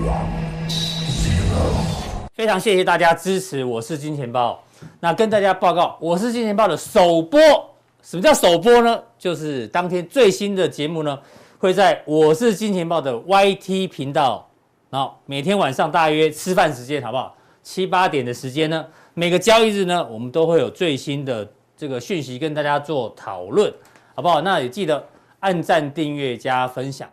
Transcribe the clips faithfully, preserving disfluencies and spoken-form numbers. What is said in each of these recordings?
非常谢谢大家支持，我是金钱豹。那跟大家报告，我是金钱豹的首播。什么叫首播呢？就是当天最新的节目呢，会在我是金钱豹的 Y T 频道，然后每天晚上大约吃饭时间，好不好？七八点的时间呢，每个交易日呢，我们都会有最新的这个讯息跟大家做讨论，好不好？那也记得按赞、订阅、加分享。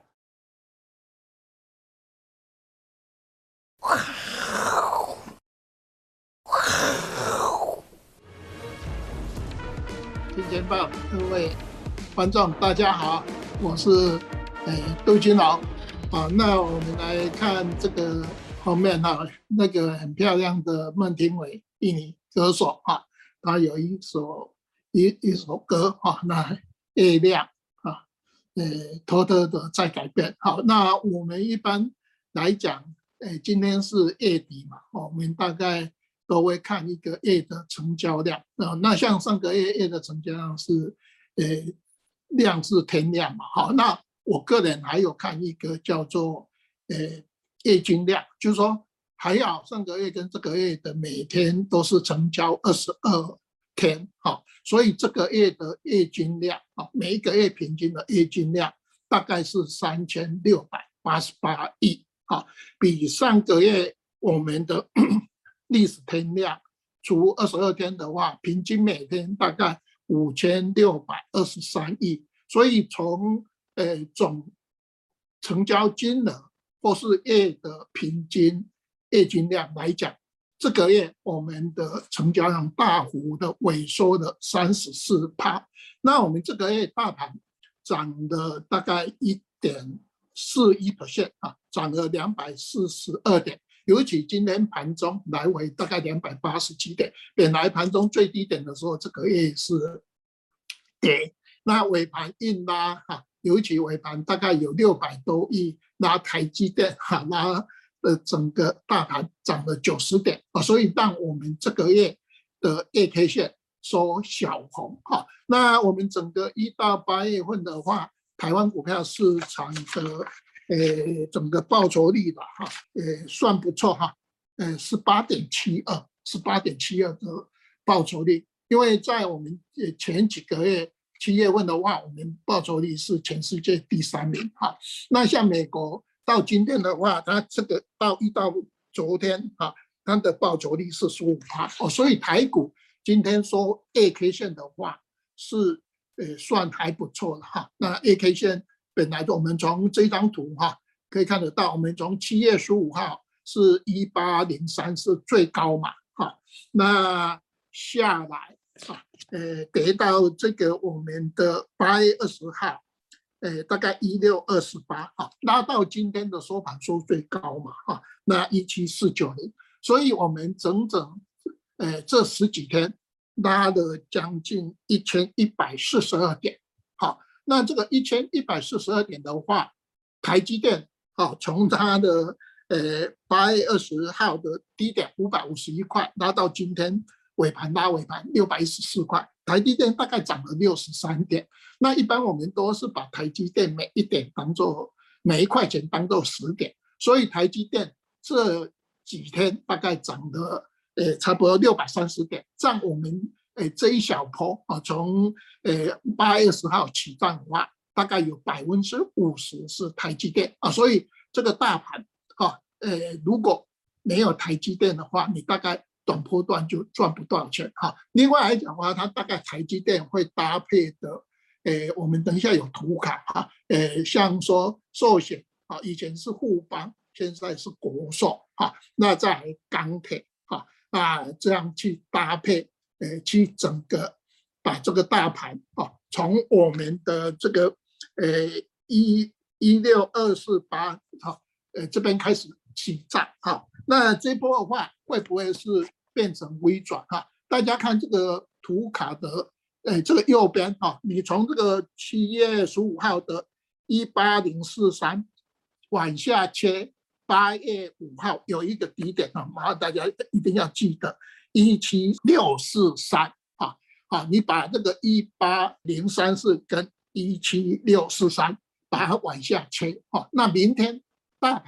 金钱豹各位观众大家好，我是呃杜金龙啊。那我们来看这个后面哈、啊，那个很漂亮的孟庭苇印尼歌手啊，他有一首一一首歌啊，那月亮啊，呃偷偷的在改变。好，那我们一般来讲，呃今天是月底嘛，我们大概都会看一个月的成交量啊，那像上个月月的成交量是，呃，量是天量嘛，好，那我个人还有看一个叫做，呃，月均量，就是说还好上个月跟这个月的每天都是成交二十二天，好，所以这个月的月均量啊，每一个月平均的月均量大概是三千六百八十八亿，好，比上个月我们的历史天量除二十二天的话，平均每天大概五千六百二十三亿，所以从呃总成交金额或是月的平均月均量来讲，这个月我们的成交量大幅的萎缩了 百分之三十四。 那我们这个月大盘涨了大概 一点四一 啊，涨了两百四十二点，尤其今天盘中来回大概两百八十七点，本来盘中最低点的时候，这个月是跌，那尾盘硬拉哈，尤其尾盘大概有六百多亿拉台积电哈，拉呃整个大盘涨了九十点啊，所以让我们这个月的月 K 线收小红哈。那我们整个一到八月份的话，台湾股票市场的呃，整个报酬率吧，哈，呃，算不错哈，呃，十八点七二，十八点七二的报酬率，因为在我们前几个月七月份的话，我们报酬率是全世界第三名哈。那像美国到今天的话，它这个到一到昨天哈，它的报酬率是十五趴哦，所以台股今天说 A K 线的话是呃算还不错的哈。那 A K 线。本来我们从这张图哈可以看得到，我们从七月十五号是一八零三是最高嘛哈，那下来啊，呃，跌到这个我们的八月二十号，呃，大概一六二十八哈，拉到今天的收盘收最高嘛哈，那一七四九零，所以我们整整呃这十几天拉了将近一千一百四十二点，好。那这个一千一百四十二点的话，台积电好、哦、从它的呃八月二十号的低点五百五十一块拉到今天尾盘拉尾盘六百一十四块，台积电大概涨了六十三点。那一般我们都是把台积电每一点当做每一块钱当做十点，所以台积电这几天大概涨了呃差不多六百三十点，占我们。诶，这一小波啊，从呃八月十号起涨的话，大概有百分之五十是台积电啊，所以这个大盘啊，呃，如果没有台积电的话，你大概短波段就赚不多少钱哈。另外来讲的话，它大概台积电会搭配的，呃，我们等一下有图卡哈，呃，像说寿险啊，以前是富邦，现在是国寿哈，那在钢铁哈，那这样去搭配。呃，去整个把这个大盘啊，从我们的这个呃一一六二四八哈，呃这边开始起涨哈。那这波的话，会不会是变成微转哈？大家看这个图卡的，呃这个右边哈，你从这个七月十五号的一八零四三往下切，八月五号有一个低点啊，麻烦大家一定要记得。一七六四三啊啊！你把这个一八零三四跟一七六四三把它往下切啊，那明天大盘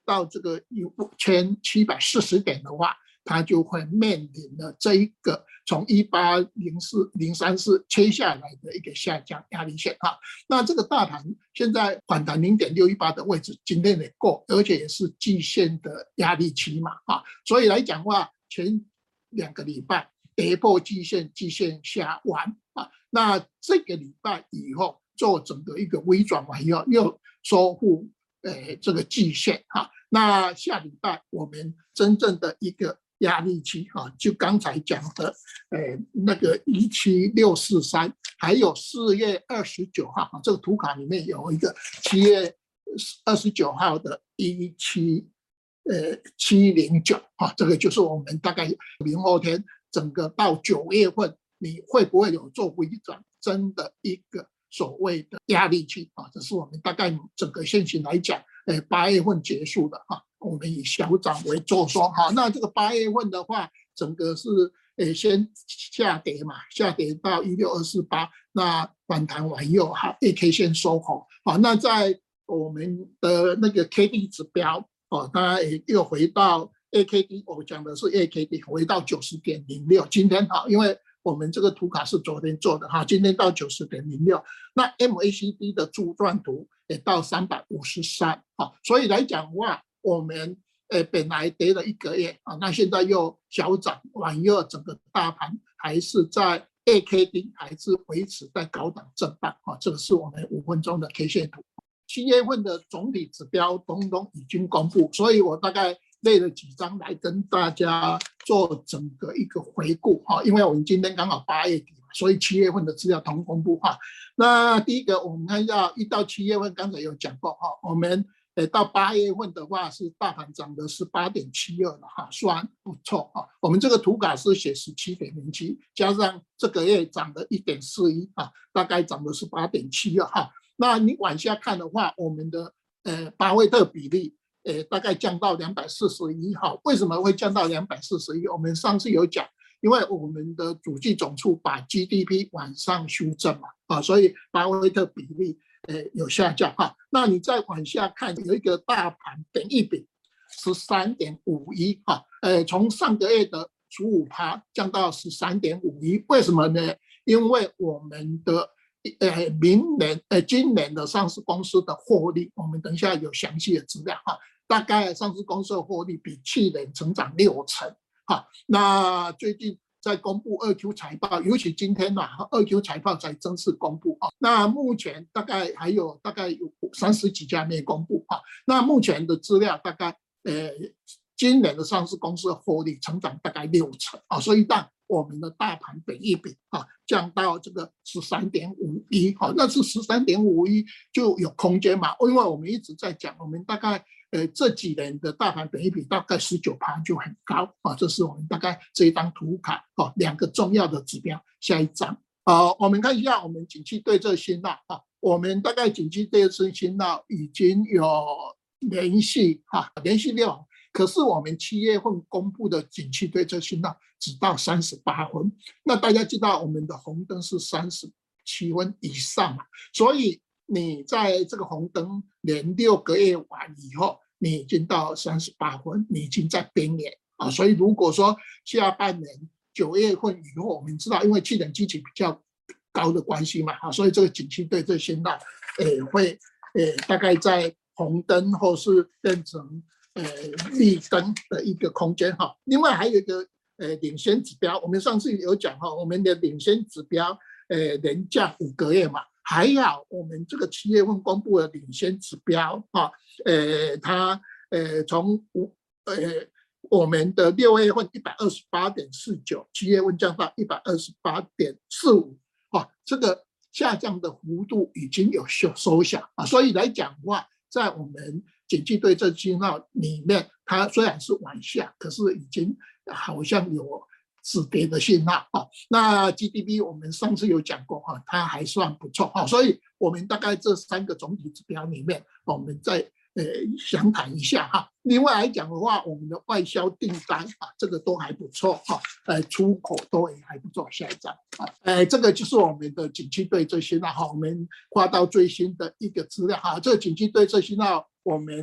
到这个一千七百四十点的话，它就会面临了这一个从一八零四零三四切下来的一个下降压力线哈。那这个大盘现在反弹零点六一八的位置，今天也够，而且也是季线的压力期嘛哈。所以来讲的话，前两个礼拜跌破季线，季线下弯啊。那这个礼拜以后做整个一个微转完以后，又收复呃这个季线哈。那下礼拜我们真正的一个压力期哈，就刚才讲的呃那个一七六四三，还有四月二十九号，这个图卡里面有一个七月二十九号的一七呃七零九哈，这个就是我们大概明后天整个到九月份，你会不会有做微转真的一个所谓的压力期啊？这是我们大概整个现行来讲，呃八月份结束的哈。我们以小涨为做双哈，那这个八月份的话，整个是呃先下跌嘛，下跌到一六二四八，那反弹完以后哈 ，A K 线收红好，那在我们的那个 K D 指标哦，当然也又回到 A K D， 我讲的是 A K D 回到九十点零六，今天哈，因为我们这个图卡是昨天做的哈，今天到九十点零六，那 M A C D 的柱状图也到三百五十三，好，所以来讲的话。我们呃本来跌了一个月啊，那现在又小涨完以后，整个大盘还是在 A K D 还是维持在高档震荡啊，这个是我们五分钟的 K 线图。七月份的总体指标东东已经公布，所以我大概列了几张来跟大家做整个一个回顾哈，因为我们今天刚好八月底嘛，所以七月份的资料同公布哈。那第一个我们看一下，一到七月份刚才有讲过哈，我们。到八月份的话是大盘涨的是 八点七二 了哈，算不错哈。我们这个图卡是写 十七点零七， 加上这个月涨了 一点四一 啊，大概涨的是 八点七二 哈。那你往下看的话，我们的呃巴菲特比例呃大概降到两百四十一哈。为什么会降到两百四十一？我们上次有讲，因为我们的主计总处把 G D P 往上修正嘛啊，所以巴菲特比例呃有下降哈。那你再往下看，有一个大盘本益比 十三点五一 哈，呃，从上个月的 十五趴 降到 十三点五一， 为什么呢？因为我们的呃明年呃今年的上市公司的获利，我们等一下有详细的资料哈，大概上市公司的获利比去年成长六成哈。那最近在公布二 Q 财报，尤其今天啊，二 Q 财报才正式公布啊。那目前大概还有大概有三十几家没公布啊。那目前的资料大概呃，今年的上市公司的获利成长大概六成啊，所以让我们的大盘本益比啊降到这个 十三点五一 啊，那是 十三点五一 就有空间嘛，因为我们一直在讲，我们大概。呃，这几年的大盘本益比大概 百分之十九 就很高啊，这是我们大概这一张图卡啊，两个重要的指标。下一张啊，我们看一下我们景气对策信号啊，我们大概景气对策信号已经有连续哈连续六，可是我们七月份公布的景气对策信号只到三十八分，那大家知道我们的红灯是三十七分以上嘛，所以。你在这个红灯连六个月完以后，你已经到三十八分，你已经在边缘啊。所以如果说下半年九月份以后，我们知道，因为去年基期比较高的关系嘛，啊，所以这个景气对这信号，诶会诶大概在红灯或是变成呃绿灯的一个空间哈。另外还有一个呃领先指标，我们上次有讲哈，我们的领先指标呃连降五个月嘛。还好，我们这个七月份公布的领先指标啊，呃，它呃从五呃我们的六月份一百二十八点四九，七月份降到一百二十八点四五，啊，这个下降的幅度已经有收收小啊，所以来讲的话，在我们景气对策信号里面，它虽然是往下，可是已经好像有。止跌的信号啊，那 G D P 我们上次有讲过哈，它还算不错哈，所以我们大概这三个总体指标里面，我们再呃详谈一下哈。另外来讲的话，我们的外销订单啊，这个都还不错哈，呃，出口都也还不错。下一张啊，呃，这个就是我们的景气对策信号哈，我们画到最新的一个资料哈，这个景气对策信号我们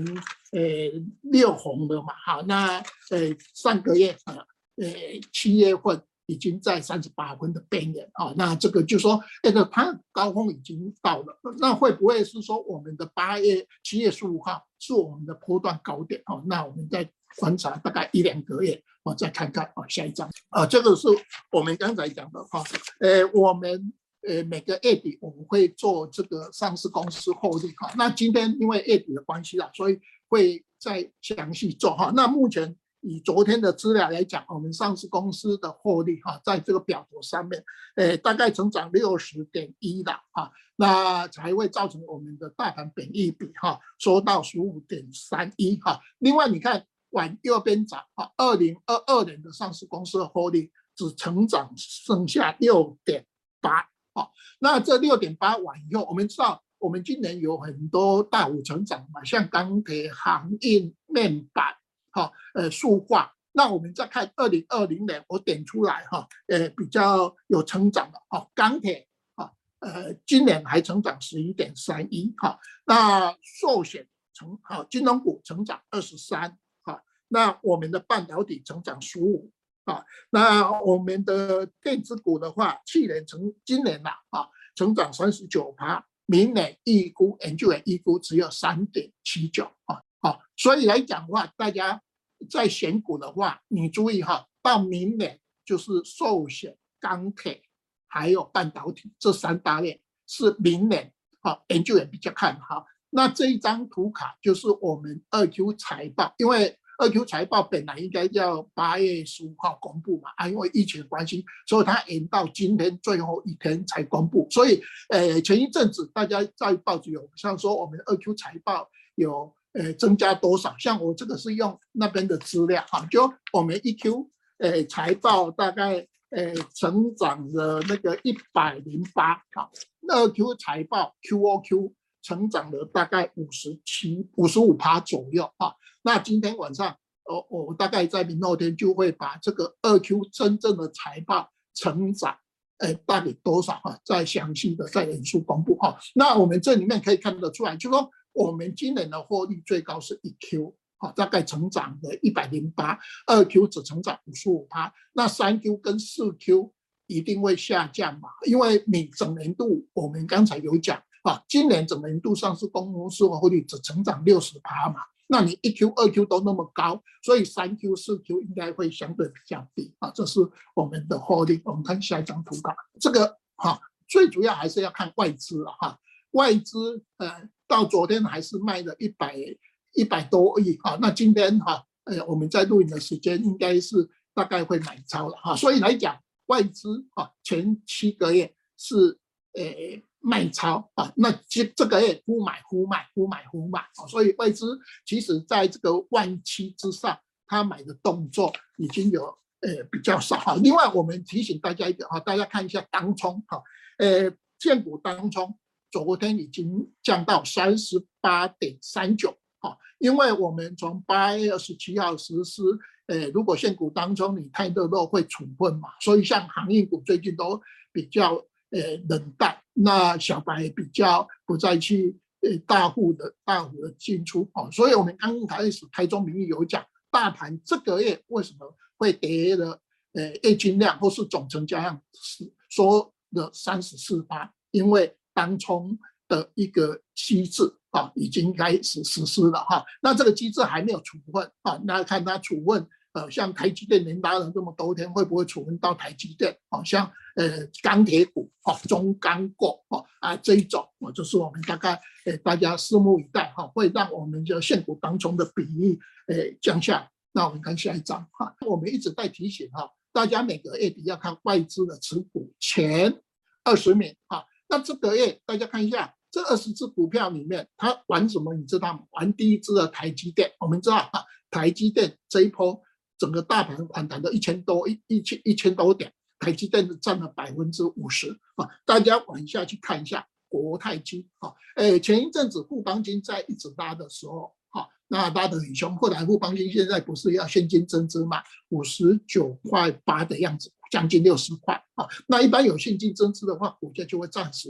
呃六红了嘛，好，那呃上个月呃呃七月份已经在三十八分的边缘啊，那这个就说那个它高峰已经到了，那会不会是说我们的八月七月十五号是我们的波段高点啊？那我们再观察大概一两个月，我再看看啊下一张啊，这个是我们刚才讲的哈，呃我们。呃，每个月底我们会做这个上市公司获利哈。那今天因为月底的关系啦，所以会再详细做哈。那目前以昨天的资料来讲，我们上市公司的获利哈，在这个表图上面，呃，大概成长六十点一啦哈，那才会造成我们的大盘本益比哈缩到十五点三一哈。另外你看往右边找啊，二零二二年的上市公司的获利只成长剩下六点八。哦，那这六点八完以后，我们知道我们今年有很多大幅成长嘛，像钢铁、航运、面板，哈、哦，呃，塑化。那我们再看二零二零年，我点出来哈、哦，呃，比较有成长的哦，钢铁啊、哦，呃，今年还成长十一点三一哈。那寿险成好、哦，金融股成长二十三哈。那我们的半导体成长十五。啊，那我们的电子股的话，去年成今年啦啊，成长三十九趴，明年预估研究员预估只有三点七九啊啊，所以来讲的话，大家在选股的话，你注意哈，到明年就是寿险、钢铁还有半导体这三大类是明年啊研究员比较看好。那这一张图卡就是我们二 Q 财报，因为二 Q 财报本来应该要八月十五号公布嘛，啊，因为疫情的关系，所以它延到今天最后一天才公布。所以，呃，前一阵子大家在报纸有像说我们二 Q 财报有呃增加多少，像我这个是用那边的资料哈，就我们一 Q 呃财报大概呃成长了那个一百零八哈，二 Q 财报 Q O Q 成长了大概五十七、五十五趴左右啊。那今天晚上，我、哦、我大概在明后天就会把这个二 Q 真正的财报成长，呃，大概多少哈、啊，再详细的在人数公布哈、啊。那我们这里面可以看得出来，就说我们今年的获利最高是一 Q， 啊，大概成长的一百零八，二 Q 只成长五十五趴，那三 Q 跟四 Q 一定会下降嘛，因为你整年度我们刚才有讲啊，今年整年度上市公司获利只成长六十趴嘛。那你一 Q、二 Q 都那么高，所以三 Q、四 Q 应该会相对比较低啊。这是我们的获利。我们看下一张图卡，这个哈、啊，最主要还是要看外资了哈。外资呃，到昨天还是卖了一百一百多亿啊。那今天哈、啊，呃，我们在录影的时间应该是大概会买超了哈。所以来讲，外资啊，前七个月是呃。卖超啊，那这这个月忽买忽卖，忽买忽卖啊，所以外资其实在这个万七之上，他买的动作已经有呃比较少哈。另外，我们提醒大家一点哈，大家看一下当冲哈，呃，建股当冲昨天已经降到三十八点三九哈，因为我们从八月二十七号实施，呃，如果现股当冲你太热络会处分嘛，所以像航运股最近都比较。呃，冷淡，那小白比较不再去呃大户的大户的进出哦，所以我们刚开始台中民意有讲，大盘这个月为什么会跌了？呃，月均量或是总成交量说了三十四趴，因为当冲的一个机制啊已经开始实施了哈，那这个机制还没有处分啊，那看它处分。呃，像台积电连拉了这么多天，会不会处分到台积电？好、哦、像呃钢铁股、哦、中钢构哦啊这一种，哦，就是我们大概呃大家拭目以待哈、哦，会让我们的现股当中的比例呃降下来。那我们看下一张哈，我们一直在提醒哈、哦，大家每个月底要看外资的持股前二十名哈。那这个月大家看一下，这二十只股票里面，它玩什么？你知道吗？玩第一只的台积电。我们知道哈，台积电这一波。整个大盘反弹到一千多一一千一千多点，台积电占了百分之五十啊！大家往下去看一下国泰金啊，诶，前一阵子富邦金在一直拉的时候，哈，那拉得很凶。后来富邦金现在不是要现金增资嘛，五十九块八的样子，将近六十块啊。那一般有现金增资的话，股价就会暂时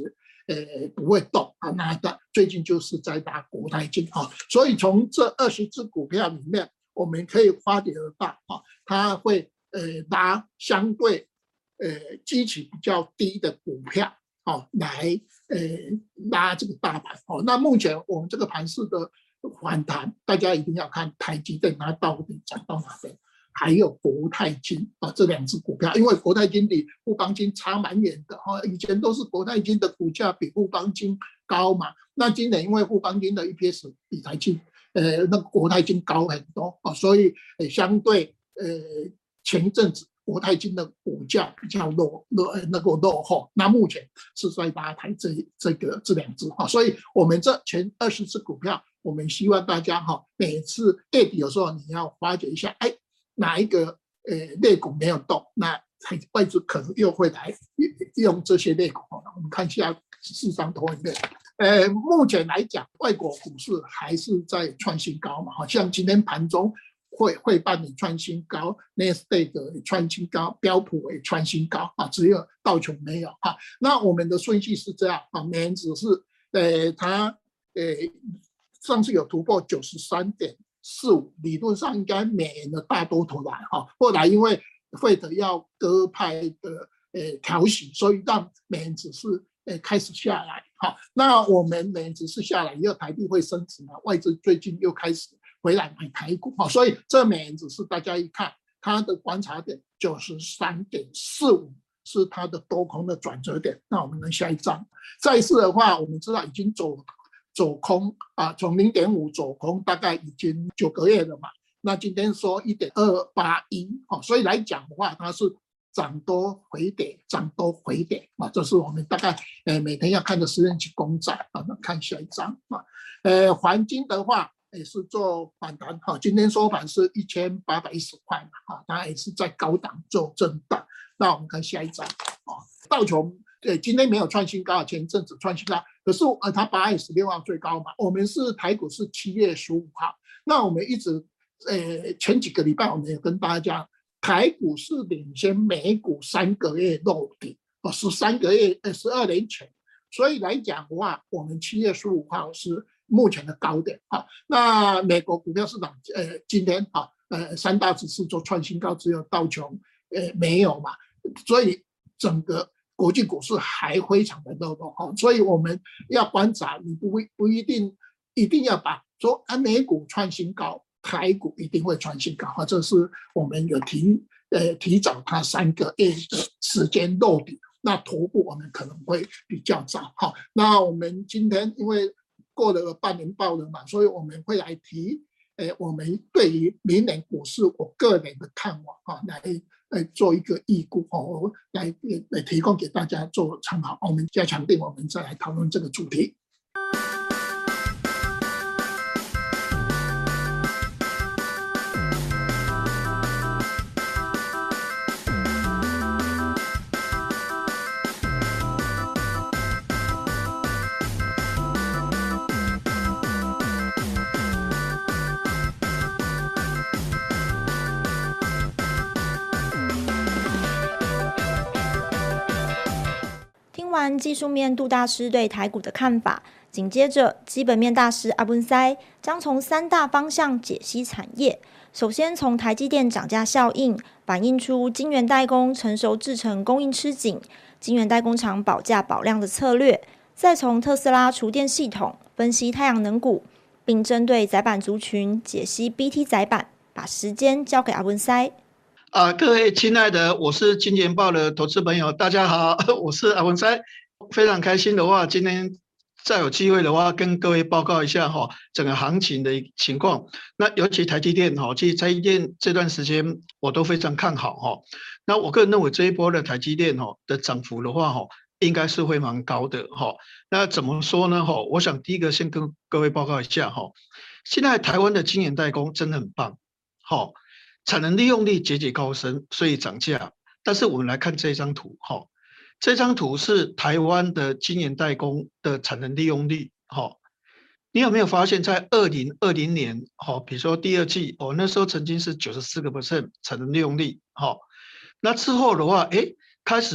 呃不会动啊。那的最近就是在打国泰金啊，所以从这二十只股票里面，我们可以发觉得到啊，它会呃拿相对呃基期比较低的股票哦来呃拉这个大盘哦。那目前我们这个盘势的反弹，大家一定要看台积电它到底涨到哪边，还有国泰金啊这两只股票，因为国泰金比富邦金差蛮远的哈，以前都是国泰金的股价比富邦金高嘛，那今年因为富邦金的 E P S 比台积呃那个国泰金高很多啊，所以呃相对呃前一阵子国泰金的股价比较落落那个落后，那目前是在拉抬这这个这两只哈，所以我们这前二十只股票，我们希望大家哈每次月底有时候你要发觉一下，哎。哪一个呃类股没有动，那外资可能又会来用这些类股。我们看一下四张投影片，呃，目前来讲，外国股市还是在创新高嘛，好像今天盘中会会办理创新高 ，Nasdaq 也创新高，标普也创新高啊，只有道琼没有啊。那我们的顺序是这样啊，美元指数呃它呃上次有突破九十三点。四五理论上应该美元的大多头来哈，后来因为费德要鸽派的呃调息，所以让美元指数呃开始下来哈。那我们美元指数下来以后，台币会升值嘛？外资最近又开始回来买台股哈，所以这美元指数大家一看，它的观察点九十三点四五是它的多空的转折点。那我们看下一张，再次的话，我们知道已经走。走空啊，从 零点五 走空，大概已经九个月了嘛。那今天说 一点二八一，所以来讲的话，它是涨多回跌，涨多回跌啊，这是我们大概呃每天要看的十年期公债啊。那看下一张啊，呃，黄金的话也是做反弹哈，今天收盘是一千八百一十块嘛，啊，它也是在高档做震荡。那我们看下一张啊，道琼。对，今天没有创新高，前一阵子创新高，可是呃，它八月十六号最高嘛。我们是台股是七月十五号，那我们一直呃前几个礼拜我们也跟大家讲，台股是领先美股三个月落底哦，十三个月呃十二年前，所以来讲的话，我们七月十五号是目前的高点啊。那美国股票市场呃今天啊呃三大指数做创新高，只有道琼呃没有嘛，所以整个。国际股市还非常的热络哈，所以我们要观察，你不不一定一定要把说啊美股创新高，台股一定会创新高哈，这是我们有提呃提早它三个月的时间落底，那头部我们可能会比较早哈。那我们今天因为过了半年报了嘛，所以我们会来提呃我们对于明年股市我个人的看法哈，来。来做一个预估哦，来来提供给大家做参考。我们加强定，我们再来讨论这个主题。 听完技术面杜大师对台股的看法，紧接着基本面大师阿文塞将从三大方向解析产业。首先从台积电涨价效应反映出晶圆代工成熟制程供应吃紧，晶圆代工厂保价保量的策略，再从特斯拉厨电系统分析太阳能股，并针对载板族群解析 B T 载板。把时间交给阿文塞。 啊，各位亲爱的，我是金钱豹的投资朋友，大家好，我是阿文塞，非常开心的话，今天再有机会的话，跟各位报告一下哈，整个行情的情况。那尤其台积电哈，其实台积电这段时间我都非常看好哈。那我个人认为这一波的台积电哈的涨幅的话哈，应该是会蛮高的哈。那怎么说呢哈？我想第一个先跟各位报告一下哈，现在台湾的晶圆代工真的很棒，好。产能利用率节节高升，所以涨价。但是我们来看这张图，哈，这张图是台湾的晶圆代工的产能利用率，哈。你有没有发现，在二零二零年，哈，比如说第二季，哦，那时候曾经是九十四个 percent 产能利用率，哈。那之后的话，哎，开始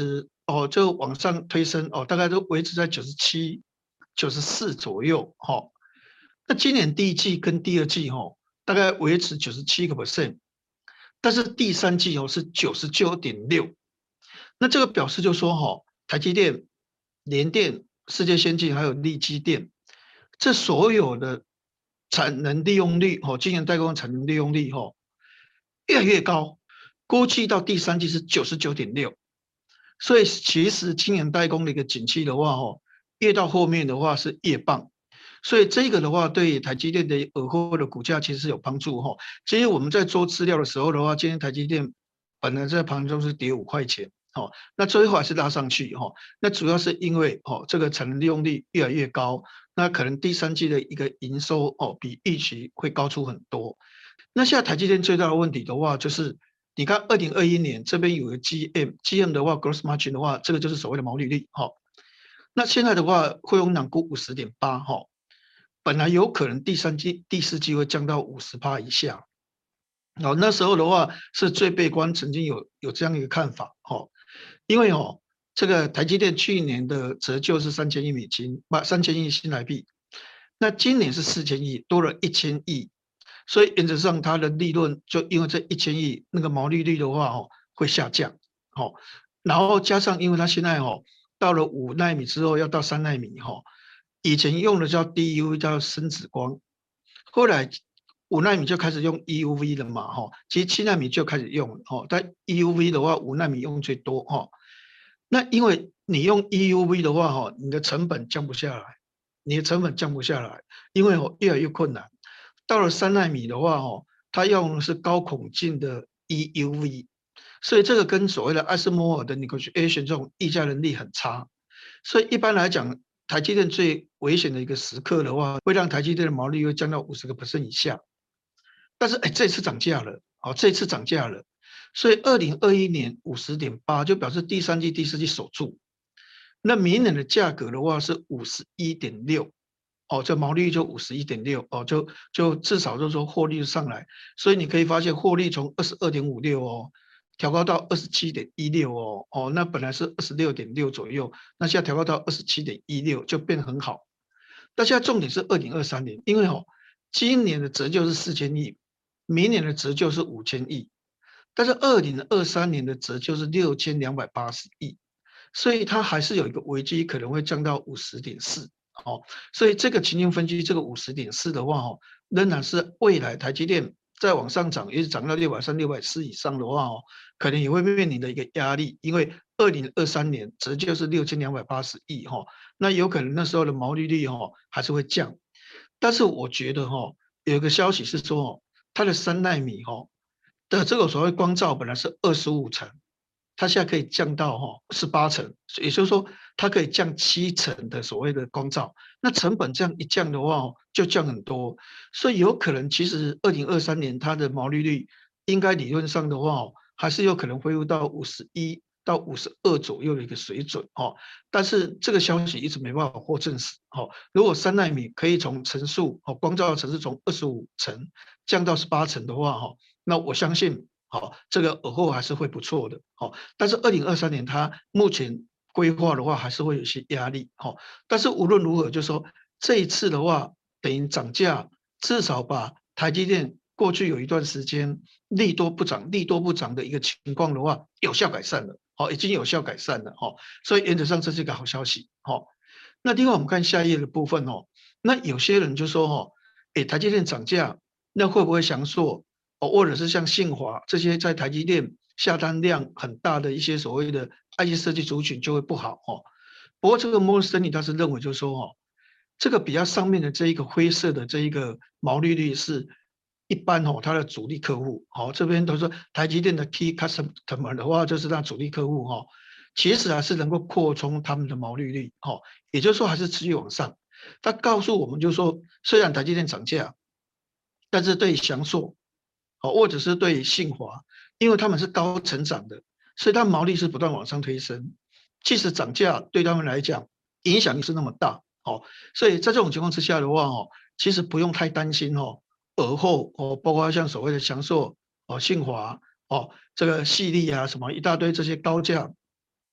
哦，就往上推升哦，大概都维持在九十七、九十四左右哈、哦。那今年第一季跟第二季哈、哦，大概维持九十七个 percent， 但是第三季哦是九十九点六。那这个表示就说哈、哦，台积电、联电、世界先进还有力积电，这所有的产能利用率哦，晶圆代工产能利用率哦，越来越高，估计到第三季是九十九点六。所以其实晶圆代工的一个景气的话哦，越到后面的话是越棒。所以这个的话，对台积电的尔后的股价其实是有帮助哈。其实我们在做资料的时候的话，今天台积电本来在盘中是跌五块钱，哦，那最后还是拉上去哈。那主要是因为哦，这个产能利用率越来越高，那可能第三季的一个营收哦比预期会高出很多。那现在台积电最大的问题的话，就是你看二零二一年这边有个 G M，G M 的话 gross margin 的话，这个就是所谓的毛利率哈。那现在的话，汇丰两估五十点八哈。本来有可能第三季、第四季会降到 百分之五十 以下，哦，那时候的话是最悲观，曾经有有这样一个看法，哦，因为哦，这个台积电去年的折旧是三千亿美金，不，三千亿新台币，那今年是四千亿，多了一千亿，所以原则上它的利润就因为这一千亿那个毛利率的话，哦，会下降，哦，然后加上因为它现在哦到了五奈米之后要到三奈米，哈。以前用的叫 D U V 叫深紫光，后来五奈米就开始用 E U V 了嘛，哈，其实七奈米就开始用了，哈，但 E U V 的话五奈米用最多，哈，那因为你用 E U V 的话，哈，你的成本降不下来，你的成本降不下来，因为哦越来越困难。到了三奈米的话，哦，它用的是高孔径的 E U V， 所以这个跟所谓的艾斯摩尔的 negotiation 这种议价能力很差，所以一般来讲。台积电最危险的一个时刻的话，会让台积电的毛利率降到 百分之五十 以下。但是哎，这次涨价了，哦，这次涨价了，所以二零二一年 五十点八 就表示第三季、第四季守住。那明年的价格的话是 五十一点六， 哦，这毛利率就 五十一点六， 哦，就就至少就是说获利上来。所以你可以发现获利从 二十二点五六 哦。调高到 二十七点一六 哦，哦，那本来是 二十六点六 左右，那现在调高到 二十七点一六 就变得很好。但现在重点是二零二三年，因为哦，今年的折旧是四千亿，明年的折旧是五千亿，但是二零二三年的折旧是六千两百八十亿，所以它还是有一个危机，可能会降到 五十点四，哦，所以这个情形分析，这个 五十点四 的话，哦，仍然是未来台积电再往上涨，也是涨到六百三、六百四以上的话，哦，可能也会面临的一个压力，因为二零二三年折旧是六千两百八十亿，哈，那有可能那时候的毛利率，哈，还是会降。但是我觉得，哈，有一个消息是说，它的三奈米，哈的这个所谓光罩本来是二十五层，它现在可以降到哈十八层，也就是说它可以降七成的所谓的光罩，那成本这样一降的话，就降很多，所以有可能其实二零二三年它的毛利率应该理论上的话，还是有可能恢复到五十一到五十二左右的一个水准，哦，但是这个消息一直没办法获证实，哦，如果三奈米可以从层数，哦，光罩的层数从二十五层降到十八层的话，哈，那我相信。好，这个尔后还是会不错的，好，但是二零二三年它目前规划的话还是会有些压力，好，但是无论如何，就是说这一次的话，等于涨价，至少把台积电过去有一段时间利多不涨、利多不涨的一个情况的话，有效改善了，好，已经有效改善了，哈，所以原则上这是一个好消息，好，那另外我们看下一页的部分哦，那有些人就说哦，哎，台积电涨价，那会不会降缩？哦，或者是像信华这些在台积电下单量很大的一些所谓的 I C 设计族群就会不好哦。不过这个摩根士丹利他是认为就是说哦，这个比较上面的这一个灰色的这一个毛利率是一般哦，它的主力客户，好，哦，这边都说台积电的 key customer 的话就是它主力客户哈，哦，其实还是能够扩充他们的毛利率，哦，也就是说还是持续往上。他告诉我们就是说，虽然台积电涨价，但是对翔硕。好，或者是对信华，因为他们是高成长的，所以它毛利是不断往上推升。即使涨价对他们来讲影响力是那么大，哦，所以在这种情况之下的话，哦，其实不用太担心哦，而后哦，包括像所谓的翔硕、哦信华、哦这个细粒啊什么一大堆这些高价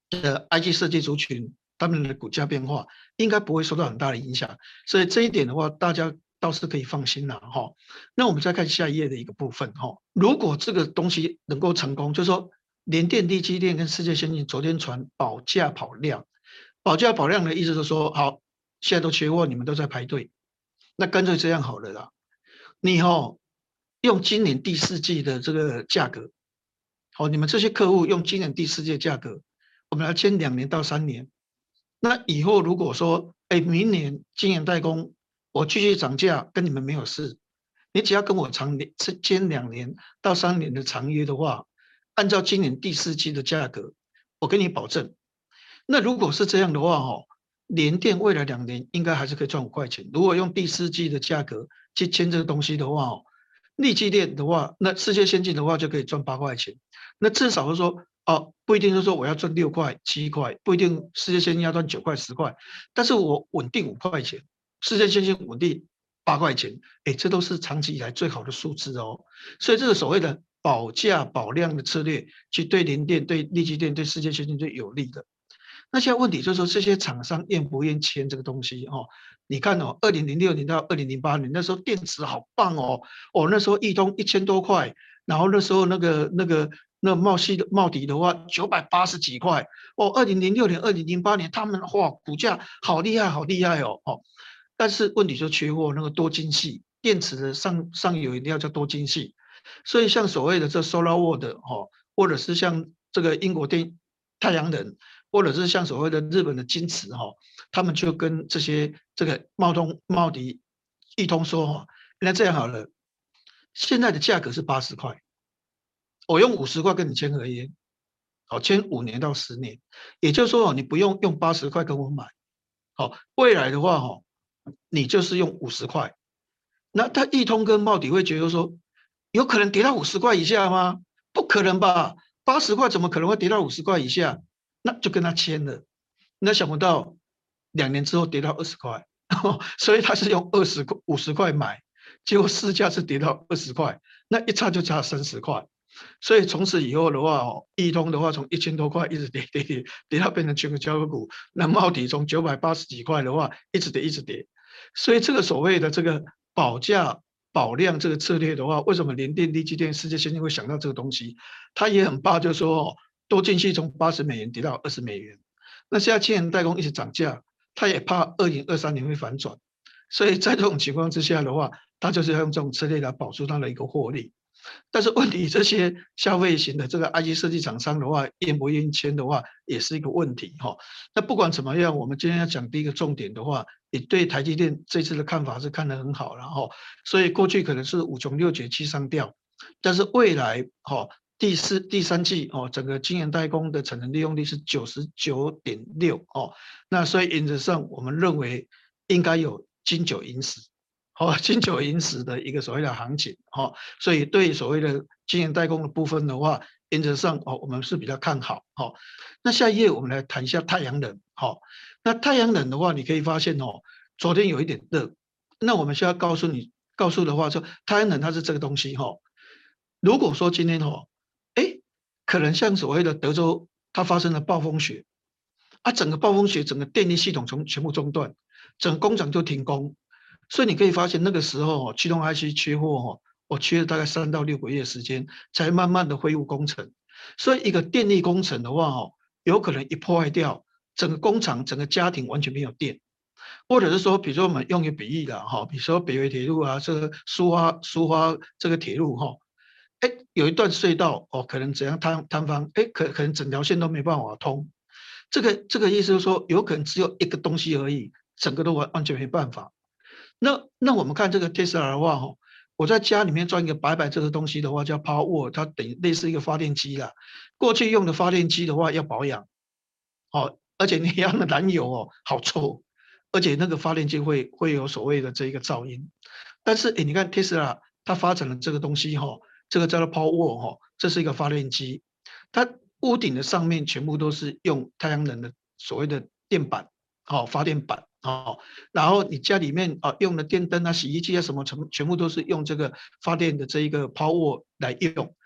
的 I G 设计族群，他们的股价变化应该不会受到很大的影响，所以这一点的话，大家倒是可以放心啦哈。那我们再看下一页的一个部分哈，如果这个东西能够成功，就是说联电、力积电跟世界先进昨天传保价跑量，保价跑量的意思就是说，好，现在都缺货，你们都在排队，那干脆这样好了啦，你哈用今年第四季的这个价格，好，你们这些客户用今年第四季的价格，我们来签两年到三年。那以后如果说，哎，明年晶圆代工我继续涨价，跟你们没有事。你只要跟我长签两年到三年的长约的话，按照今年第四季的价格，我跟你保证。那如果是这样的话，哦，联电未来两年应该还是可以赚五块钱。如果用第四季的价格去签这个东西的话，哦，力积电的话，那世界先进的话就可以赚八块钱。那至少是说，哦，不一定是说我要赚六块、七块，不一定世界先进要赚九块、十块，但是我稳定五块钱，世界先进稳定八块钱，哎，这都是长期以来最好的数字哦。所以这个所谓的保价保量的策略，其实对联电、对力积电、对世界先进最有利的。那现在问题就是说，这些厂商愿不愿签这个东西哦？你看哦，二零零六年到二零零八年那时候电池好棒哦，哦那时候易通一千多块，然后那时候那个那个那茂系的茂迪的话九百八十几块哦，二零零六年、二零零八年他们哇股价好厉害好厉害哦哦，但是问题就缺货那个多晶系电池的上上游一定要叫多晶系，所以像所谓的这 SolarWorld 哦，或者是像这个英国电太阳能。或者是像所谓的日本的晶瓷哈，他们就跟这些这个茂通、茂迪、易通说哈，那这样好了，现在的价格是八十块，我用五十块跟你签合约，好，签五年到十年，也就是说你不用用八十块跟我买，好，未来的话哈，你就是用五十块，那他易通跟茂迪会觉得说，有可能跌到五十块以下吗？不可能吧，八十块怎么可能会跌到五十块以下？那就跟他签了，那想不到两年之后跌到二十块，所以他是用二十块、五十块买，结果市价是跌到二十块，那一差就差三十块，所以从此以后的话，哦，易通的话从一千多块一直跌跌跌跌到变成全国交易股，那茂迪从九百八十几块的话一直跌一直跌，所以这个所谓的这个保价保量这个策略的话，为什么联电、力积电、世界先进会想到这个东西？他也很怕，就是说。多晶系从八十美元跌到二十美元，那现在晶圆代工一直涨价，他也怕二零二三年会反转，所以在这种情况之下的话，他就是要用这种策略来保住他的一个获利。但是问题，这些消费型的这个 I G 设计厂商的话，愿不愿意签的话，也是一个问题哈。那不管怎么样，我们今天要讲第一个重点的话，也对台积电这次的看法是看得很好，然后，所以过去可能是五穷六绝七上吊，但是未来哈。第四、第三季哦，整个晶圆代工的产能利用率是九十九点六哦，那所以原则上我们认为应该有金九银十，哦，金九银十的一个所谓的行情哦，所以对所谓的晶圆代工的部分的话，原则上哦我们是比较看好哦。那下一页我们来谈一下太阳能，好，那太阳能的话，你可以发现哦，昨天有一点热，那我们需要告诉你，告诉的话说，太阳能它是这个东西哈，如果说今天哦。哎，可能像所谓的德州，它发生了暴风雪，啊，整个暴风雪，整个电力系统从全部中断，整个工厂就停工，所以你可以发现那个时候哦，驱动 I C 缺货哦，我缺了大概三到六个月时间，才慢慢的恢复工程。所以一个电力工程的话哦，有可能一破坏掉，整个工厂、整个家庭完全没有电，或者是说，比如说我们用一个比喻啦哈，比如说北回铁路啊，这个苏花苏花这个铁路哈。哎，有一段隧道哦，可能怎样塌塌方，哎，可可能整条线都没办法通。这个这个意思就是说，有可能只有一个东西而已，整个都完完全没办法。那那我们看这个 Tesla 的话，哈，我在家里面装一个白白这个东西的话，叫 Powerwall， 它等于类似一个发电机啦。过去用的发电机的话要保养，哦，而且你要的燃油哦好臭，而且那个发电机会会有所谓的这一个噪音。但是哎，你看 Tesla 它发展的这个东西哈。这个叫做 Powerwall 哈，这是一个发电机，它屋顶的上面全部都是用太阳能的所谓的电板，哦，发电板哦，然后你家里面啊用的电灯啊、洗衣机啊什么，全全部都是用这个发电的这一个 Powerwall 来用，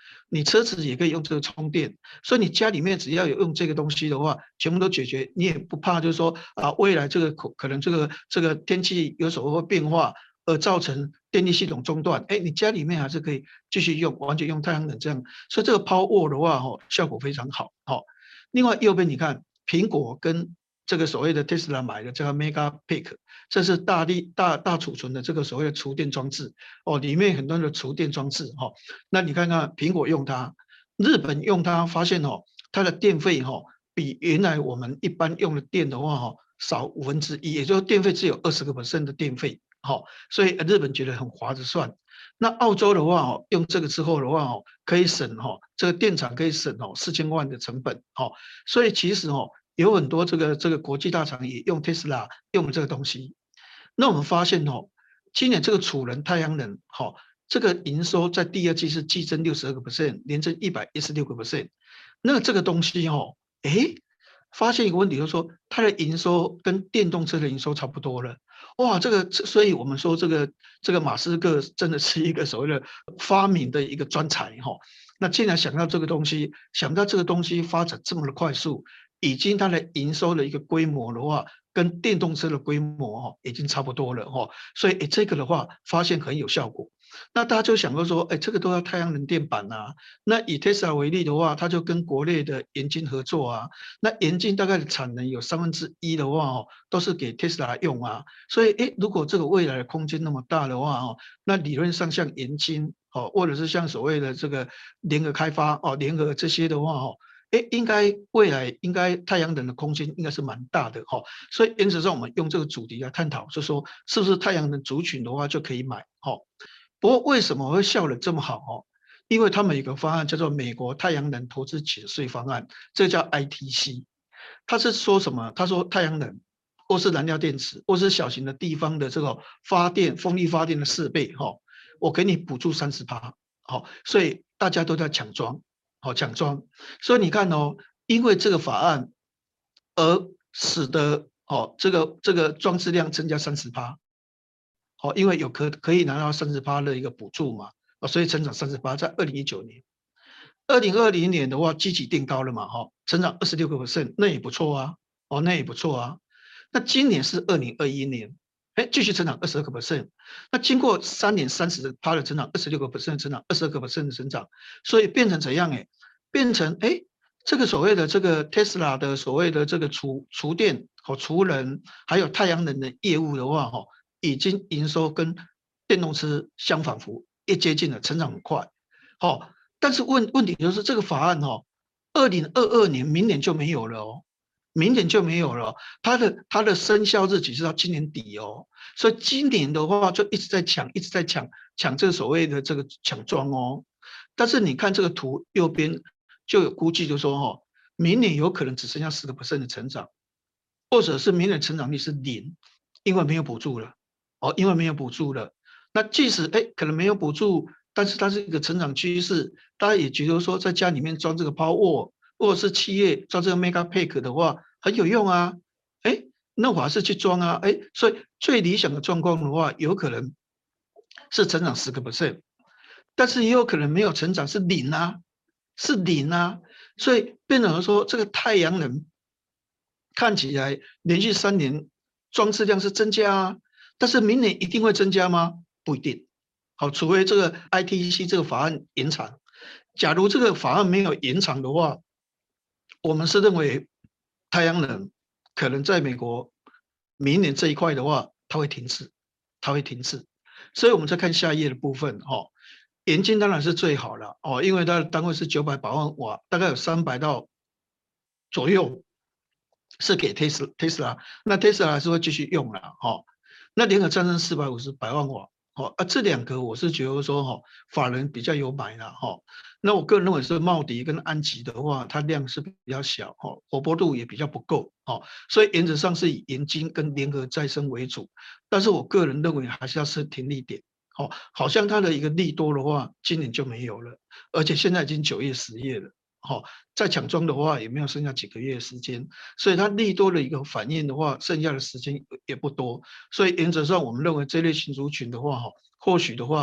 你车子也可以用这个充电，所以你家里面只要有用这个东西的话，全部都解决，你也不怕就是说啊，未来这个可可能这个这个天气有所谓变化而造成电力系统中断，哎，你家里面还是可以继续用，完全用太阳能这样，所以这个 Power 的话，哈，效果非常好，哈。另外右边你看，苹果跟这个所谓的 Tesla 买的这个 Mega Pack， 这是大力大大储存的这个所谓的储电装置哦，里面很多的储电装置哈、哦。那你看看苹果用它，日本用它，发现哦，它的电费哈、哦、比原来我们一般用的电的话哈、哦、少五分之一，也就是电费只有二十个 percent 的电费，好、哦，所以日本觉得很划得算。那澳洲的话哦，用这个之后的话哦，可以省哦，这个电厂可以省哦四千万的成本哦，所以其实哦。有很多这个这个国际大厂也用 Tesla 用这个东西，那我们发现哦，今年这个储能太阳能，哈、哦，这个营收在第二季是季增六十二个 percent， 年增一百一十六个 percent。那这个东西哦，哎，发现一个问题，就是说它的营收跟电动车的营收差不多了。哇，这个所以我们说这个这个马斯克真的是一个所谓的发明的一个专才哈、哦。那既然想到这个东西，想到这个东西发展这么的快速。已经它的营收的一个规模的话，跟电动车的规模哈已经差不多了哈，所以诶这个的话发现很有效果。那大家就想到说，哎，这个都要太阳能电板啊。那以 Tesla 为例的话，它就跟国内的元晶合作啊。那元晶大概的产能有三分之一的话哦，都是给 Tesla 用啊。所以哎，如果这个未来的空间那么大的话哦，那理论上像元晶哦，或者是像所谓的这个联合开发哦，联合这些的话哦。哎，应该未来应该太阳能的空间应该是蛮大的哈、哦，所以原则上我们用这个主题来探讨，就说是不是太阳能族群的话就可以买哈、哦。不过为什么会效能这么好哦？因为他们有个方案叫做美国太阳能投资减税方案，这叫 I T C。他是说什么？他说太阳能或是燃料电池或是小型的地方的这个发电风力发电的设备哈、哦，我给你补助三十趴，好，所以大家都在抢装。好抢装，所以你看哦，因为这个法案而使得哦这个这个装置量增加三十趴，哦，因为有可可以拿到三十趴的一个补助嘛，哦，所以成长三十趴，在二零一九年，二零二零年的话基期定高了嘛，哈、哦，成长二十六个 percent， 那也不错啊，哦，那也不错啊。那今年是二零二一年，哎，继续成长二十二个 percent， 那经过三年三十趴的成长，二十六个 percent 的成长，二十二个 percent 的成长，所以变成怎样？哎，变成哎，这个所谓的这个 Tesla 的所谓的这个储储电和储能，还有太阳能的业务的话，哈，已经营收跟电动车相仿佛，越接近了，成长很快，好，但是问问题就是这个法案哈，二零二二年明年就没有了哦。明年就没有了，它的它的生效日期是到今年底哦，所以今年的话就一直在抢，一直在抢抢这个所谓的这个抢装哦。但是你看这个图右边就有估计，就说哦，明年有可能只剩下十个 percent 的成长，或者是明年成长率是零，因为没有补助了哦，因为没有补助了。那即使哎可能没有补助，但是它是一个成长趋势，大家也觉得说在家里面装这个 Power。或者是企业装这个 Mega Pack 的话很有用啊，哎，那我还是去装啊，哎，所以最理想的状况的话，有可能是成长十个 percent， 但是也有可能没有成长，是零啊，是零啊，所以变成说这个太阳能看起来连续三年装置量是增加啊，但是明年一定会增加吗？不一定，好，除非这个 I T C 这个法案延长，假如这个法案没有延长的话。我们是认为太阳能可能在美国明年这一块的话，它会停止，它会停止。所以我们再看下一页的部分哦，元晶当然是最好了哦，因为它的单位是九百百万瓦，大概有三百到左右是给 Tesla Tesla， 那 Tesla 还是会继续用了哦。那联合再生四百五十百万瓦。哦啊，这两个我是觉得说哈、哦，法人比较有买啦哈、哦。那我个人认为是茂迪跟安吉的话，它量是比较小哈、哦，活泼度也比较不够哦，所以原则上是以元晶跟联合再生为主。但是我个人认为还是要设停利点。哦，好像它的一个利多的话，今年就没有了，而且现在已经九月十月了。好、哦，再抢装的话也没有剩下几个月的时间，所以它利多的一个反应的话，剩下的时间也不多，所以原则上我们认为这类型族群的话，哈，或许的话，哈，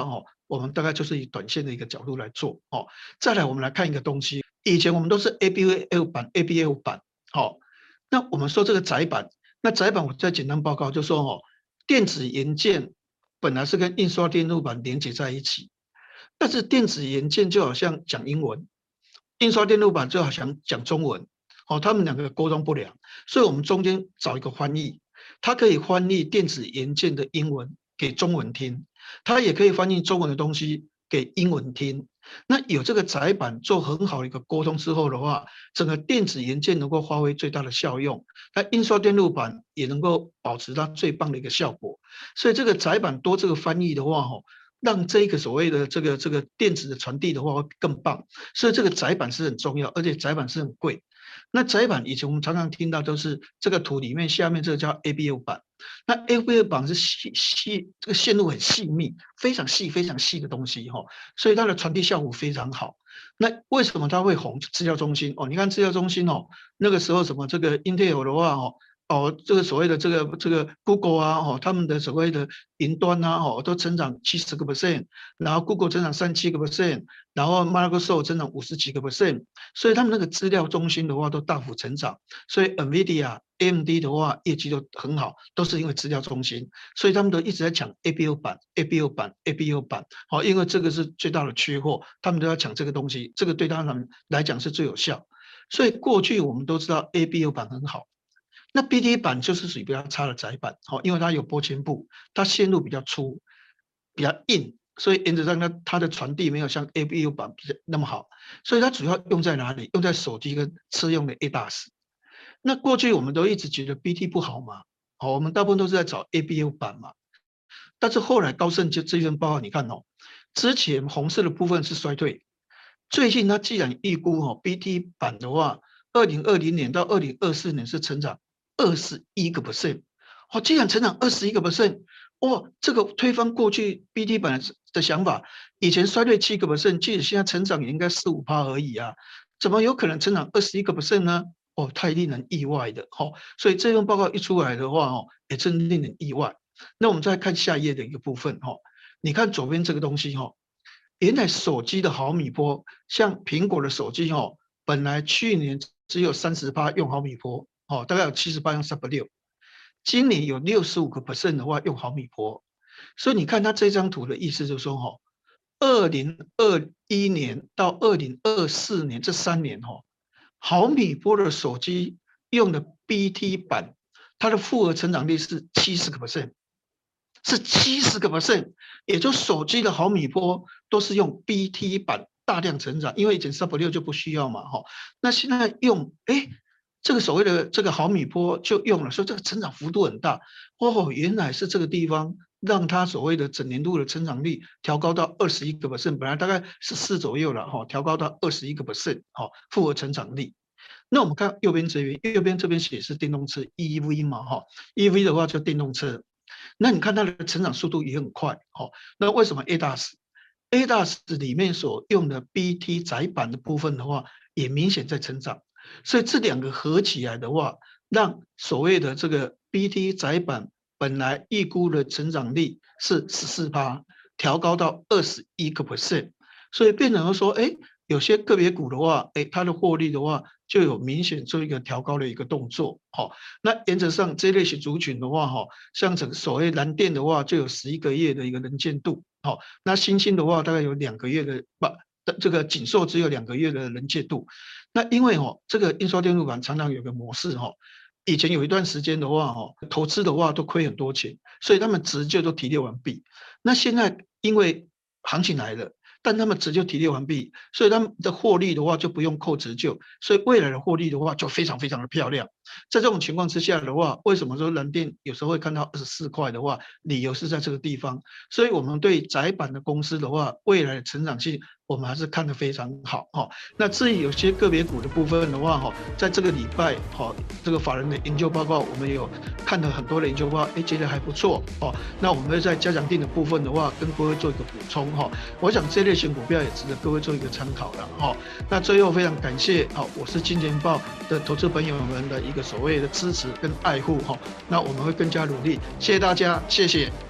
我们大概就是以短线的一个角度来做哦。再来，我们来看一个东西，以前我们都是 A B F 版 A B F 版，好、哦，那我们说这个载板，那载板我再简单报告就说哦，电子元件本来是跟印刷电路板连接在一起，但是电子元件就好像讲英文，印刷电路板就好像讲中文，哦，他们两个沟通不良，所以我们中间找一个翻译，它可以翻译电子元件的英文给中文听，它也可以翻译中文的东西给英文听。那有这个载板做很好的一个沟通之后的话，整个电子元件能够发挥最大的效用，那印刷电路板也能够保持它最棒的一个效果。所以这个载板多这个翻译的话，吼，让这个所谓的这个这个电子的传递的话会更棒。所以这个载板是很重要，而且载板是很贵。那载板以前我们常常听到都是这个图里面下面这个叫 A B F 板，那 A B F 板是细细这个线路很细密，非常细非常细的东西哈，所以它的传递效果非常好。那为什么它会红？资料中心哦，你看资料中心哦，那个时候什么这个 Intel 的话哦。哦，这个所谓的这个这个 Google 啊，哦，他们的所谓的云端啊，哦，都成长七十个 percent， 然后 Google 增长三七个 percent， 然后 Microsoft 增长五十几个 percent， 所以他们那个资料中心的话都大幅成长，所以 Nvidia、A M D 的话业绩都很好，都是因为资料中心，所以他们都一直在抢 A B F 版、A B F 版、A B F 版，好，因为这个是最大的缺货，他们都要抢这个东西，这个对他们来讲是最有效，所以过去我们都知道 A B F 版很好。那 B T 板就是属于比较差的载板，好，因为它有波纤布，它线路比较粗，比较硬，所以原则上呢，它的传递没有像 A B F 板那么好，所以它主要用在哪里？用在手机跟车用的 A D A S。那过去我们都一直觉得 B T 不好嘛，好，我们大部分都是在找 A B F 板嘛，但是后来高盛就这份报告你看哦，之前红色的部分是衰退，最近它既然预估哦 B T 板的话，二零二零年到二零二四年是成长二十一个 percent， 哦，既然成长二十一个 percent， 哇，这个推翻过去 B T 板的想法，以前衰退七个 percent， 即使现在成长也应该四五趴而已啊，怎么有可能成长二十一个 percent 呢？哦，太令人意外的，哦，所以这份报告一出来的话，哦，也真令人意外。那我们再看下一页的一个部分，哦，你看左边这个东西，哦，原来手机的毫米波，像苹果的手机，哦，本来去年只有 百分之三十 用毫米波。哦，大概有 百分之七十八 用 sub 六， 今年有 百分之六十五 的话用毫米波，所以你看它这张图的意思就是说，哦，二零二一年到二零二四年这三年，哦，毫米波的手机用的 B T 版，它的复合成长率是 百分之七十， 是 百分之七十， 也就手机的毫米波都是用 B T 版大量成长，因为以前 sub 六就不需要嘛，哦，那现在用，哎。这个所谓的这个毫米波就用了，所以这个成长幅度很大哦。原来是这个地方让它所谓的整年度的成长率调高到二十一个 percent， 本来大概十四左右了哈，调高到二十一个 percent， 哈，复合成长率。那我们看右边这边，右边这边写是电动车 E V 嘛哈 ，E V 的话就电动车，那你看它的成长速度也很快，哈。那为什么 A D A S？A D A S 里面所用的 B T 载板的部分的话，也明显在成长。所以这两个合起来的话，让所谓的这个 B T 载板本来预估的成长率是 百分之十四， 调高到 二十一个 percent， 所以变成说，哎，有些个别股的话，哎，它的获利的话就有明显做一个调高的一个动作，好，那原则上这类型族群的话，哈，像整个所谓蓝电的话，就有十一个月的一个能见度，好，那新兴的话大概有两个月的不。这个紧缩只有两个月的能见度，那因为哦，这个印刷电路板常常有个模式哦，以前有一段时间的话哦，投资的话都亏很多钱，所以他们直接都提炼完毕。那现在因为行情来了，但他们直接提炼完毕，所以他们的获利的话就不用扣折旧，所以未来的获利的话就非常非常的漂亮。在这种情况之下的话，为什么说蓝电有时候会看到二十四块的话，理由是在这个地方。所以我们对载板的公司的话，未来的成长性我们还是看得非常好哈。那至于有些个别股的部分的话哈，在这个礼拜哈，这个法人的研究报告，我们有看了很多的研究报告，哎，觉得还不错哦。那我们会在加强定的部分的话，跟各位做一个补充哈。我想这类型股票也值得各位做一个参考了哈。那最后非常感谢好，我是金钱豹的投资朋友们的一个所谓的支持跟爱护哈。那我们会更加努力，谢谢大家，谢谢。